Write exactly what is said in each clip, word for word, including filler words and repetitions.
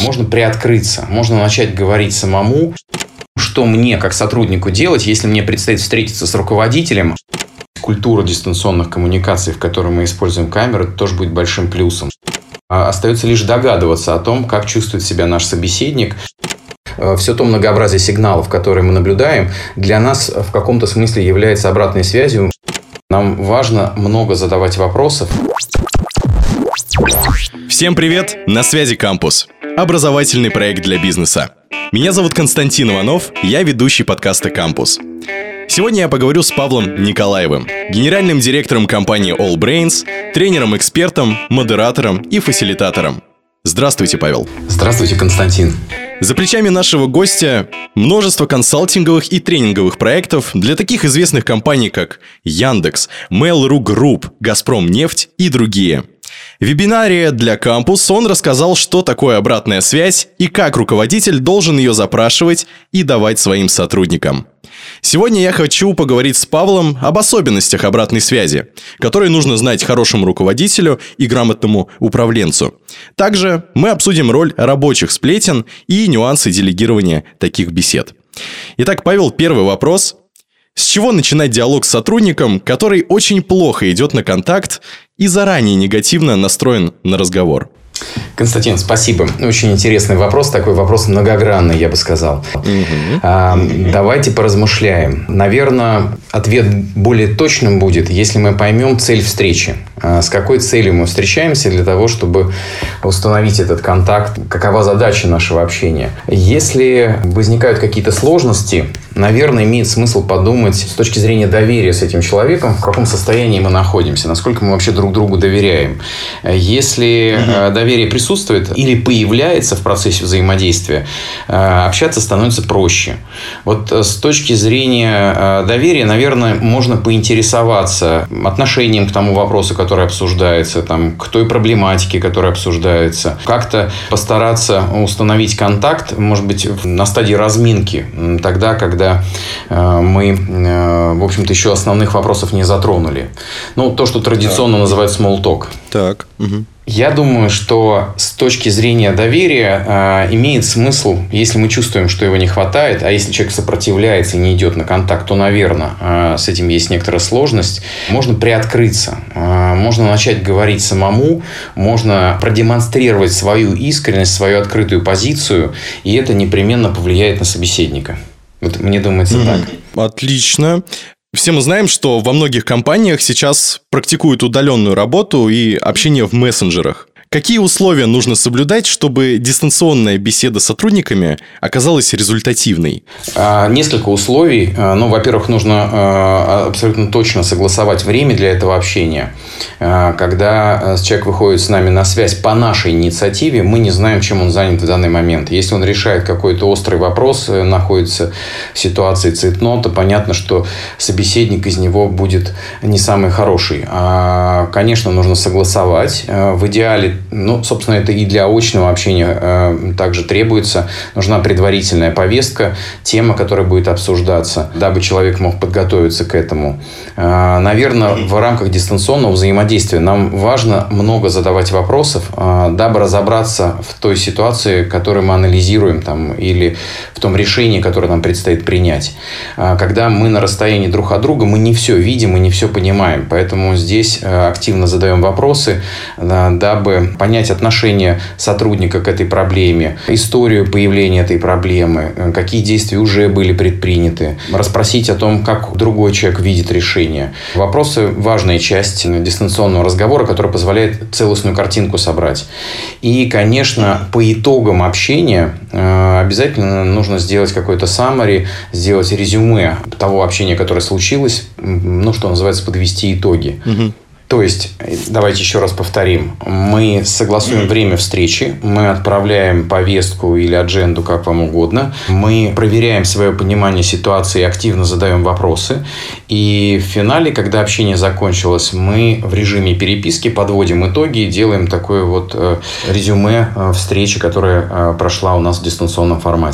Можно приоткрыться, можно начать говорить самому, что мне, как сотруднику, делать, если мне предстоит встретиться с руководителем. Культура дистанционных коммуникаций, в которой мы используем камеры, тоже будет большим плюсом. Остается лишь догадываться о том, как чувствует себя наш собеседник. Все то многообразие сигналов, которые мы наблюдаем, для нас в каком-то смысле является обратной связью. Нам важно много задавать вопросов. Всем привет! На связи Кампус. Образовательный проект для бизнеса. Меня зовут Константин Иванов, я ведущий подкаста «Кампус». Сегодня я поговорю с Павлом Николаевым, генеральным директором компании AllBrains, тренером-экспертом, модератором и фасилитатором. Здравствуйте, Павел. Здравствуйте, Константин. За плечами нашего гостя множество консалтинговых и тренинговых проектов для таких известных компаний, как Яндекс, Mail.ru Group, Газпромнефть и другие. В вебинаре для Кампус он рассказал, что такое обратная связь и как руководитель должен ее запрашивать и давать своим сотрудникам. Сегодня я хочу поговорить с Павлом об особенностях обратной связи, которые нужно знать хорошему руководителю и грамотному управленцу. Также мы обсудим роль рабочих сплетен и нюансы делегирования таких бесед. Итак, Павел, первый вопрос. С чего начинать диалог с сотрудником, который очень плохо идет на контакт и заранее негативно настроен на разговор? Константин, спасибо. Очень интересный вопрос. Такой вопрос многогранный, я бы сказал. Угу. А, давайте поразмышляем. Наверное, ответ более точным будет, если мы поймем цель встречи. А, с какой целью мы встречаемся для того, чтобы установить этот контакт? Какова задача нашего общения? Если возникают какие-то сложности, наверное, имеет смысл подумать с точки зрения доверия с этим человеком, в каком состоянии мы находимся, насколько мы вообще друг другу доверяем. Если угу. доверие присутствует или появляется в процессе взаимодействия, общаться становится проще. Вот с точки зрения доверия, наверное, можно поинтересоваться отношением к тому вопросу, который обсуждается, там, к той проблематике, которая обсуждается. Как-то постараться установить контакт, может быть, на стадии разминки, тогда, когда мы, в общем-то, еще основных вопросов не затронули. Ну, то, что традиционно так. называют small talk. Так. Угу. Я думаю, что с точки зрения доверия э, имеет смысл, если мы чувствуем, что его не хватает, а если человек сопротивляется и не идет на контакт, то, наверное, э, с этим есть некоторая сложность. Можно приоткрыться, э, можно начать говорить самому, можно продемонстрировать свою искренность, свою открытую позицию, и это непременно повлияет на собеседника. Вот мне думается mm-hmm. так. Отлично. Все мы знаем, что во многих компаниях сейчас практикуют удаленную работу и общение в мессенджерах. Какие условия нужно соблюдать, чтобы дистанционная беседа с сотрудниками оказалась результативной? Несколько условий. Ну, во-первых, нужно абсолютно точно согласовать время для этого общения. Когда человек выходит с нами на связь по нашей инициативе, мы не знаем, чем он занят в данный момент. Если он решает какой-то острый вопрос, находится в ситуации цейтнота, понятно, что собеседник из него будет не самый хороший. Конечно, нужно согласовать. В идеале, ну, собственно, это и для очного общения э, также требуется. Нужна предварительная повестка, тема, которая будет обсуждаться, дабы человек мог подготовиться к этому. Э, наверное, в рамках дистанционного взаимодействия нам важно много задавать вопросов, э, дабы разобраться в той ситуации, которую мы анализируем, там, или в том решении, которое нам предстоит принять. Э, когда мы на расстоянии друг от друга, мы не все видим и не все понимаем. Поэтому здесь э, активно задаем вопросы, э, дабы понять отношение сотрудника к этой проблеме, историю появления этой проблемы, какие действия уже были предприняты, расспросить о том, как другой человек видит решение. Вопросы – важная часть дистанционного разговора, которая позволяет целостную картинку собрать. И, конечно, по итогам общения обязательно нужно сделать какой-то summary, сделать резюме того общения, которое случилось, ну, что называется, подвести итоги. Угу. То есть, давайте еще раз повторим. Мы согласуем время встречи, мы отправляем повестку или адженду, как вам угодно. Мы проверяем свое понимание ситуации и активно задаем вопросы. И в финале, когда общение закончилось, мы в режиме переписки подводим итоги и делаем такое вот резюме встречи, которая прошла у нас в дистанционном формате.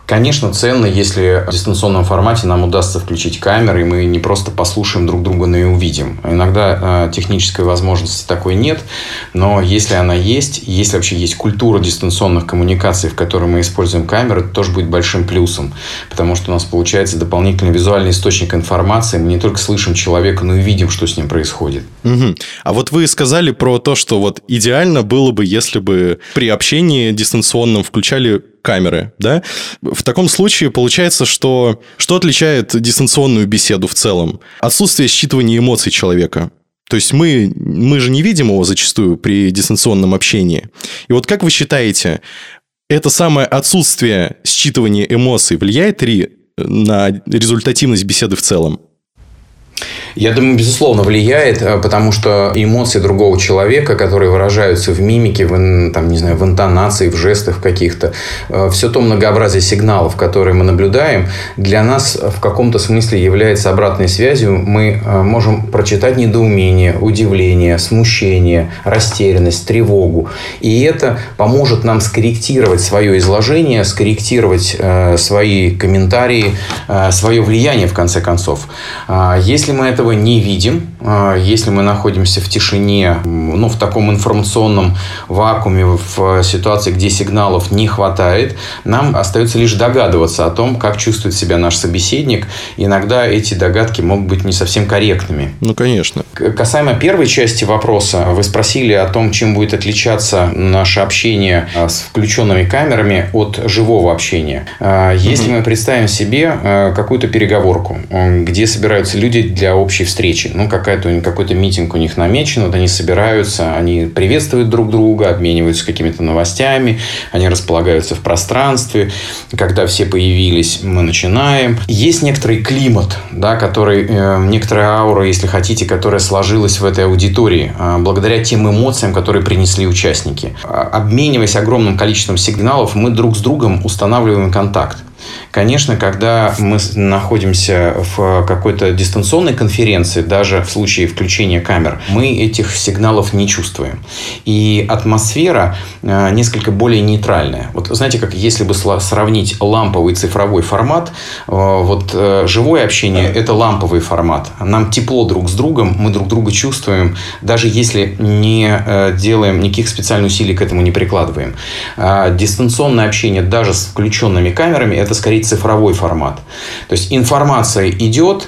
Конечно, ценно, если в дистанционном формате нам удастся включить камеры, и мы не просто послушаем друг друга, но и увидим. Иногда э, технической возможности такой нет, но если она есть, если вообще есть культура дистанционных коммуникаций, в которой мы используем камеры, это тоже будет большим плюсом, потому что у нас получается дополнительный визуальный источник информации. Мы не только слышим человека, но и видим, что с ним происходит. Угу. А вот вы сказали про то, что вот идеально было бы, если бы при общении дистанционном включали камеры, да? В таком случае получается, что что отличает дистанционную беседу в целом? Отсутствие считывания эмоций человека. То есть мы, мы же не видим его зачастую при дистанционном общении. И вот как вы считаете, это самое отсутствие считывания эмоций влияет ли на результативность беседы в целом? Я думаю, безусловно, влияет, потому что эмоции другого человека, которые выражаются в мимике, в, там, не знаю, в интонации, в жестах каких-то, все то многообразие сигналов, которые мы наблюдаем, для нас в каком-то смысле является обратной связью. Мы можем прочитать недоумение, удивление, смущение, растерянность, тревогу. И это поможет нам скорректировать свое изложение, скорректировать свои комментарии, свое влияние, в конце концов. Если мы этого не видим, если мы находимся в тишине, ну, в таком информационном вакууме, в ситуации, где сигналов не хватает, нам остается лишь догадываться о том, как чувствует себя наш собеседник. Иногда эти догадки могут быть не совсем корректными. Ну, конечно. Касаемо первой части вопроса, вы спросили о том, чем будет отличаться наше общение с включенными камерами от живого общения. Если мы представим себе какую-то переговорку, где собираются люди для общей встречи, ну, какая-то, какой-то митинг у них намечен, вот они собираются, они приветствуют друг друга, обмениваются какими-то новостями, они располагаются в пространстве. Когда все появились, мы начинаем. Есть некоторый климат, да, который, э, некоторая аура, если хотите, которая сложилась в этой аудитории э, благодаря тем эмоциям, которые принесли участники. Обмениваясь огромным количеством сигналов, мы друг с другом устанавливаем контакт. Конечно, когда мы находимся в какой-то дистанционной конференции, даже в случае включения камер, мы этих сигналов не чувствуем. И атмосфера несколько более нейтральная. Вот знаете, как если бы сравнить ламповый и цифровой формат, вот живое общение – это ламповый формат. Нам тепло друг с другом, мы друг друга чувствуем, даже если не делаем никаких специальных усилий к этому не прикладываем. А дистанционное общение даже с включенными камерами – это скорее цифровой формат. То есть информация идет,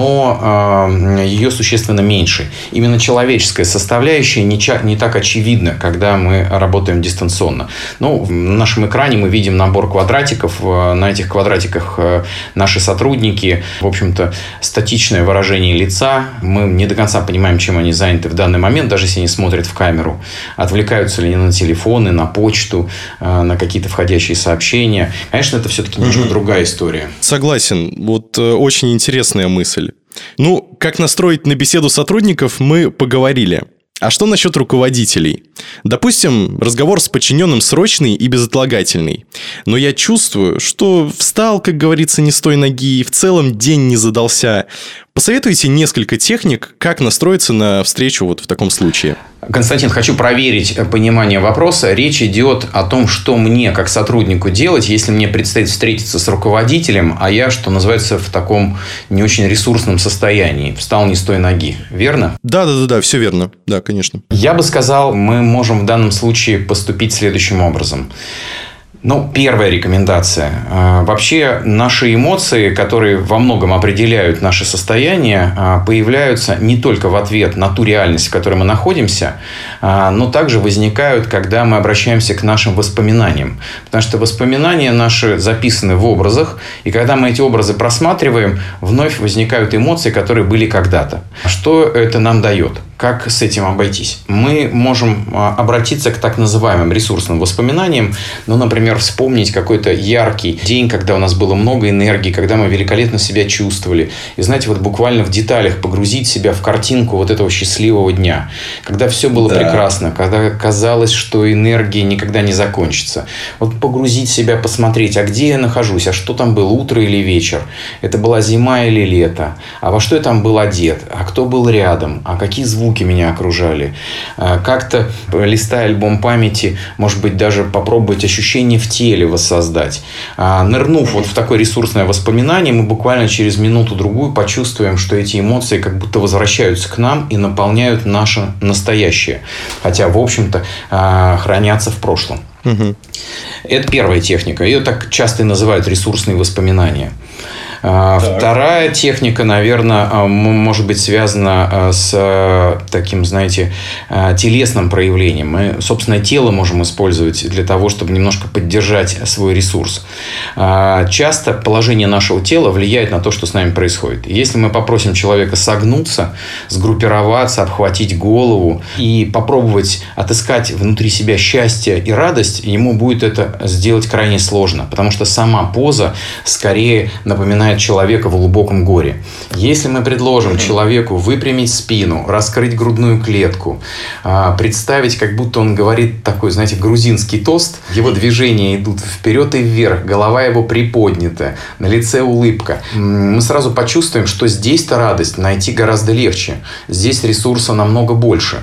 но э, ее существенно меньше. Именно человеческая составляющая не, ча- не так очевидна, когда мы работаем дистанционно. Ну, на нашем экране мы видим набор квадратиков. На этих квадратиках э, наши сотрудники, в общем-то, статичное выражение лица. Мы не до конца понимаем, чем они заняты в данный момент, даже если они смотрят в камеру. Отвлекаются ли они на телефоны, на почту, э, на какие-то входящие сообщения. Конечно, это все-таки немножко mm-hmm. другая история. Согласен. Вот э, очень интересная мысль. Ну, как настроить на беседу сотрудников, мы поговорили. А что насчет руководителей? Допустим, разговор с подчиненным срочный и безотлагательный. Но я чувствую, что встал, как говорится, не с той ноги, и в целом день не задался. Посоветуйте несколько техник, как настроиться на встречу вот в таком случае. Константин, хочу проверить понимание вопроса. Речь идет о том, что мне, как сотруднику, делать, если мне предстоит встретиться с руководителем, а я, что называется, в таком не очень ресурсном состоянии. Встал не с той ноги. Верно? Да, да, да, да, все верно. Да, конечно. Я бы сказал, мы можем в данном случае поступить следующим образом. Ну, первая рекомендация. Вообще, наши эмоции, которые во многом определяют наше состояние, появляются не только в ответ на ту реальность, в которой мы находимся, но также возникают, когда мы обращаемся к нашим воспоминаниям. Потому что воспоминания наши записаны в образах, и когда мы эти образы просматриваем, вновь возникают эмоции, которые были когда-то. Что это нам дает? Как с этим обойтись? Мы можем обратиться к так называемым ресурсным воспоминаниям. Ну, например, вспомнить какой-то яркий день, когда у нас было много энергии, когда мы великолепно себя чувствовали. И, знаете, вот буквально в деталях погрузить себя в картинку вот этого счастливого дня. Когда все было да. прекрасно, когда казалось, что энергия никогда не закончится. Вот погрузить себя, посмотреть, а где я нахожусь, а что там было, утро или вечер. Это была зима или лето. А во что я там был одет, а кто был рядом, а какие звуки меня окружали. Как-то, листая альбом памяти, может быть, даже попробовать ощущение ощущение в теле воссоздать. Нырнув вот в такое ресурсное воспоминание, мы буквально через минуту-другую почувствуем, что эти эмоции как будто возвращаются к нам и наполняют наше настоящее. Хотя, в общем-то, хранятся в прошлом. Угу. Это первая техника. Ее так часто и называют ресурсные воспоминания. Так. Вторая техника, наверное, может быть связана с таким, знаете, телесным проявлением. Мы, собственно, тело можем использовать для того, чтобы немножко поддержать свой ресурс. Часто положение нашего тела влияет на то, что с нами происходит. Если мы попросим человека согнуться, сгруппироваться, обхватить голову и попробовать отыскать внутри себя счастье и радость, ему будет это сделать крайне сложно, потому что сама поза скорее напоминает человека в глубоком горе. Если мы предложим mm-hmm. человеку выпрямить спину, раскрыть грудную клетку, представить, как будто он говорит такой, знаете, грузинский тост, его движения идут вперед и вверх, голова его приподнята, на лице улыбка, мы сразу почувствуем, что здесь-то радость найти гораздо легче. Здесь ресурса намного больше.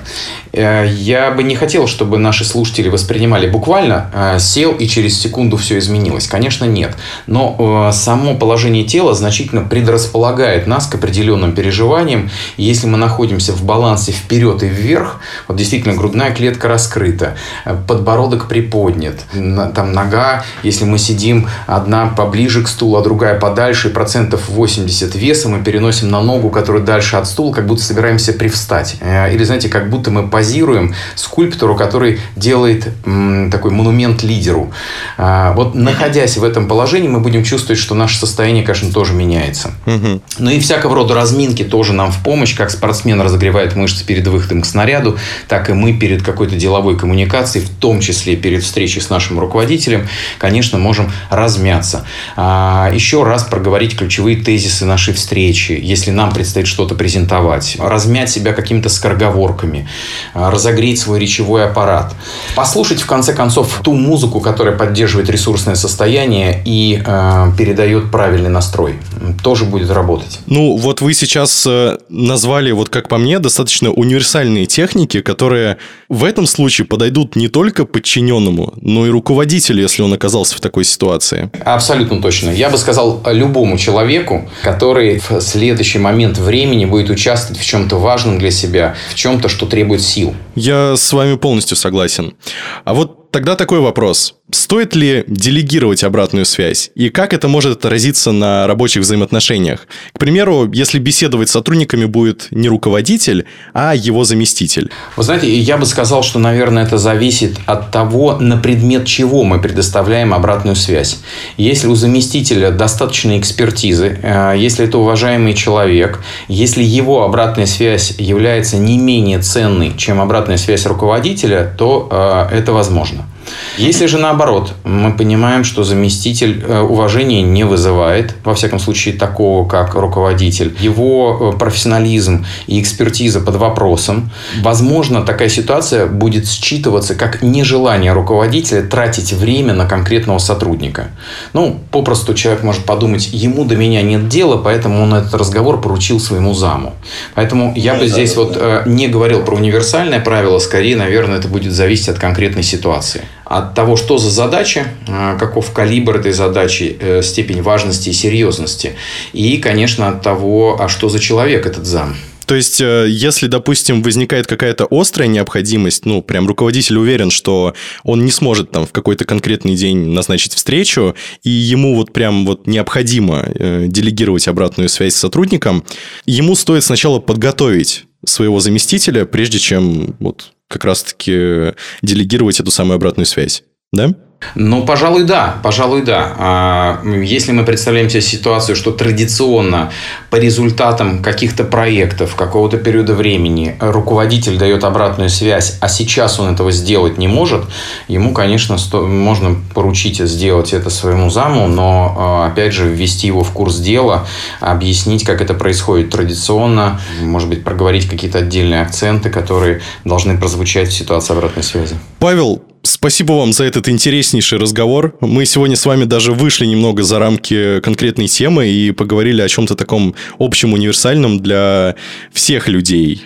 Я бы не хотел, чтобы наши слушатели воспринимали буквально сел и через секунду все изменилось. Конечно, нет. Но само положение тела значительно предрасполагает нас к определенным переживаниям. И если мы находимся в балансе вперед и вверх, вот действительно грудная клетка раскрыта, подбородок приподнят, там нога, если мы сидим одна поближе к стулу, а другая подальше, и процентов восемьдесят веса мы переносим на ногу, которая дальше от стула, как будто собираемся привстать. Или, знаете, как будто мы позируем скульптору, который делает м, такой монумент лидеру. А, вот находясь в этом положении, мы будем чувствовать, что наше состояние, конечно, тоже меняется. Угу. Ну и всякого рода разминки тоже нам в помощь. Как спортсмен разогревает мышцы перед выходом к снаряду, так и мы перед какой-то деловой коммуникацией, в том числе перед встречей с нашим руководителем, конечно, можем размяться. А, еще раз проговорить ключевые тезисы нашей встречи, если нам предстоит что-то презентовать. Размять себя какими-то скороговорками, разогреть свой речевой аппарат. Послушать, в конце концов, ту музыку, которая поддерживает ресурсное состояние и э, передает правильный настрой. Тоже будет работать. Ну, вот вы сейчас назвали, вот как по мне, достаточно универсальные техники, которые в этом случае подойдут не только подчиненному, но и руководителю, если он оказался в такой ситуации. Абсолютно точно. Я бы сказал любому человеку, который в следующий момент времени будет участвовать в чем-то важном для себя, в чем-то, что требует сил. Я с вами полностью согласен. А вот тогда такой вопрос. Стоит ли делегировать обратную связь? И как это может отразиться на рабочих взаимоотношениях? К примеру, если беседовать с сотрудниками будет не руководитель, а его заместитель. Вы знаете, я бы сказал, что, наверное, это зависит от того, на предмет чего мы предоставляем обратную связь. Если у заместителя достаточно экспертизы, если это уважаемый человек, если его обратная связь является не менее ценной, чем обратная связь руководителя, то это возможно. Если же наоборот, мы понимаем, что заместитель уважения не вызывает, во всяком случае такого, как руководитель, его профессионализм и экспертиза под вопросом, возможно, такая ситуация будет считываться как нежелание руководителя тратить время на конкретного сотрудника. Ну, попросту человек может подумать, ему до меня нет дела, поэтому он этот разговор поручил своему заму. Поэтому я бы здесь вот не говорил про универсальное правило, скорее, наверное, это будет зависеть от конкретной ситуации. От того, что за задача, каков калибр этой задачи, степень важности и серьезности. И, конечно, от того, а что за человек этот зам. То есть, если, допустим, возникает какая-то острая необходимость, ну, прям руководитель уверен, что он не сможет там в какой-то конкретный день назначить встречу, и ему вот прям вот необходимо делегировать обратную связь с сотрудником, ему стоит сначала подготовить своего заместителя, прежде чем вот как раз-таки делегировать эту самую обратную связь, да? Ну, пожалуй, да. Пожалуй, да. Если мы представляем себе ситуацию, что традиционно по результатам каких-то проектов, какого-то периода времени руководитель дает обратную связь, а сейчас он этого сделать не может, ему, конечно, можно поручить сделать это своему заму, но, опять же, ввести его в курс дела, объяснить, как это происходит традиционно, может быть, проговорить какие-то отдельные акценты, которые должны прозвучать в ситуации обратной связи. Павел, спасибо вам за этот интереснейший разговор. Мы сегодня с вами даже вышли немного за рамки конкретной темы и поговорили о чем-то таком общем, универсальном для всех людей.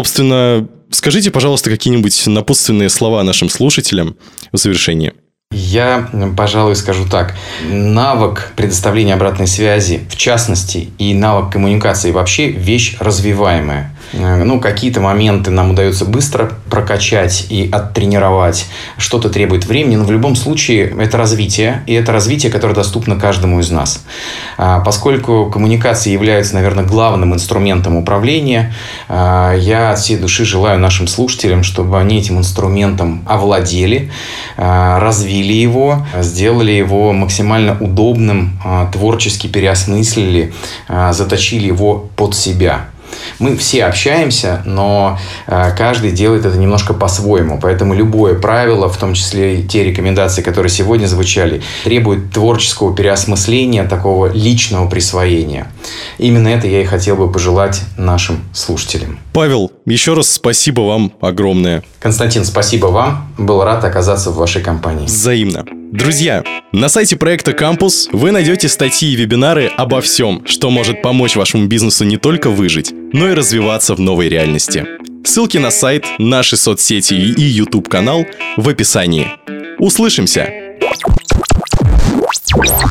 Собственно, скажите, пожалуйста, какие-нибудь напутственные слова нашим слушателям в завершении. Я, пожалуй, скажу так. Навык предоставления обратной связи, в частности, и навык коммуникации вообще вещь развиваемая. Ну, какие-то моменты нам удается быстро прокачать и оттренировать. Что-то требует времени, но в любом случае это развитие. И это развитие, которое доступно каждому из нас. Поскольку коммуникации являются, наверное, главным инструментом управления, я от всей души желаю нашим слушателям, чтобы они этим инструментом овладели, развили его, сделали его максимально удобным, творчески переосмыслили, заточили его под себя. Мы все общаемся, но каждый делает это немножко по-своему. Поэтому любое правило, в том числе и те рекомендации, которые сегодня звучали, требует творческого переосмысления, такого личного присвоения. Именно это я и хотел бы пожелать нашим слушателям. Павел, еще раз спасибо вам огромное. Константин, спасибо вам. Был рад оказаться в вашей компании. Взаимно. Друзья, на сайте проекта «Кампус» вы найдете статьи и вебинары обо всем, что может помочь вашему бизнесу не только выжить, но и развиваться в новой реальности. Ссылки на сайт, наши соцсети и YouTube-канал в описании. Услышимся!